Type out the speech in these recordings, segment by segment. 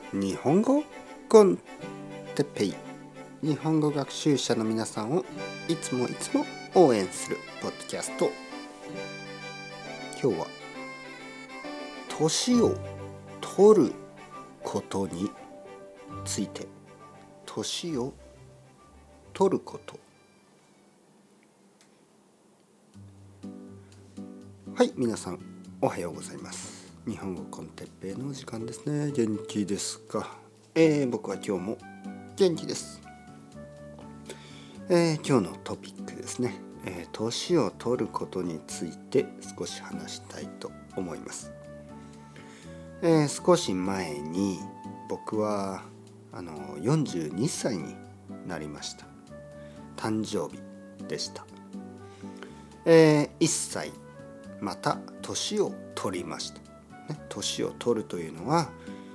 日本語コンテッペイ、日本語学習者の皆さんをいつも応援するポッドキャスト。今日は年を取ることについて。年を取ること。はい、皆さんおはようございます。日本語コンテッペイの時間ですね。元気ですか？僕は今日も元気です。今日のトピックですね。年を取ることについて少し話したいと思います。少し前に僕は42歳になりました。誕生日でした。1歳また年を取りました。年を取るというのは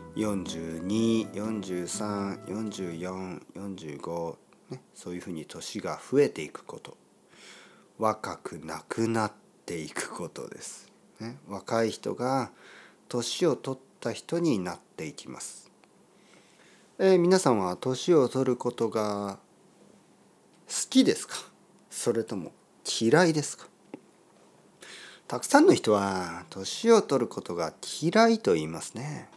42、43、44、45、そういうふうに年が増えていくこと、若くなくなっていくことです、若い人が年を取った人になっていきます。皆さんは年を取ることが好きですか？それとも嫌いですか？たくさんの人は年を取ることが嫌いと言いますね。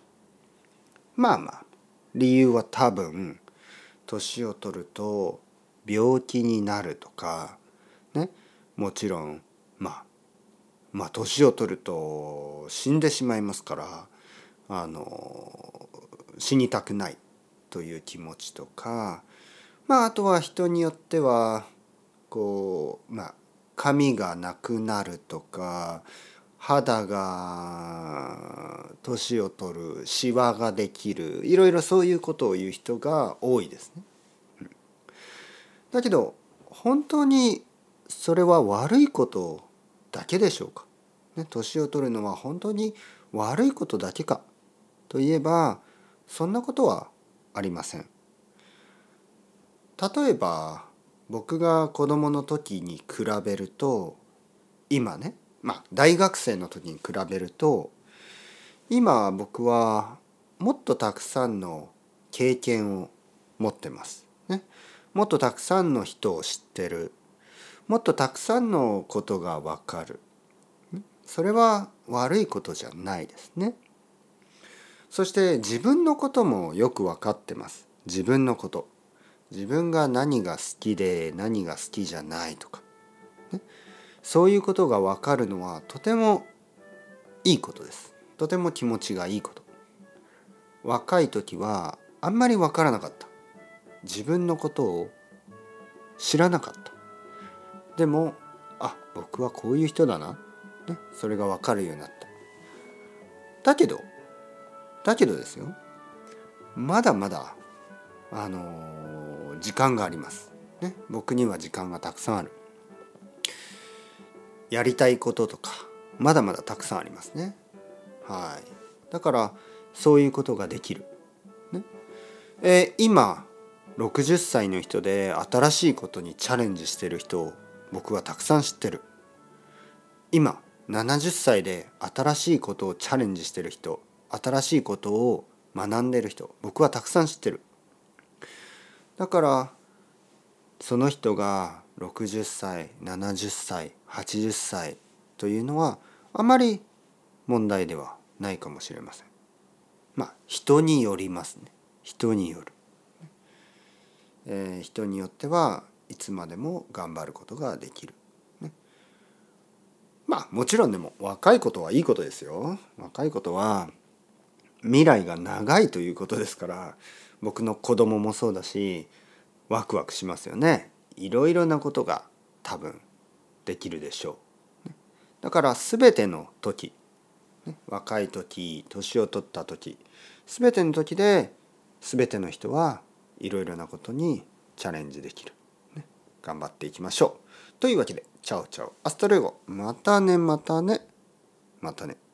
理由は多分年を取ると病気になるとかね、もちろん年を取ると死んでしまいますから死にたくないという気持ちとか、あとは人によっては髪がなくなるとか、肌が年を取る、シワができる、いろいろそういうことを言う人が多いですね。だけど本当にそれは悪いことだけでしょうか？年を取るのは本当に悪いことだけかといえば、そんなことはありません。例えば僕が子供の時に比べると今ね、大学生の時に比べると今僕はもっとたくさんの経験を持ってますね。もっとたくさんの人を知ってる、もっとたくさんのことがわかる。それは悪いことじゃないですね。そして自分のこともよくわかってます。自分のこと。自分が何が好きで何が好きじゃないとか、そういうことが分かるのはとてもいいことです。とても気持ちがいいこと。若い時はあんまり分からなかった。自分のことを知らなかった。でも僕はこういう人だな、それが分かるようになった。だけどですよ、まだまだ時間があります、僕には時間がたくさんある。やりたいこととかまだまだたくさんありますね。だからそういうことができる、今60歳の人で新しいことにチャレンジしている人を僕はたくさん知ってる。今70歳で新しいことをチャレンジしている人、新しいことを学んでいる人、僕はたくさん知ってる。だからその人が60歳、70歳、80歳というのはあまり問題ではないかもしれません。人によりますね。人による、人によってはいつまでも頑張ることができる、もちろんでも若いことはいいことですよ。若いことは未来が長いということですから、僕の子供もそうだしワクワクしますよね。いろいろなことが多分できるでしょう。だから全ての時、若い時、年を取った時、全ての時で全ての人はいろいろなことにチャレンジできる、頑張っていきましょう。というわけでチャオチャオアストレゴ、またね。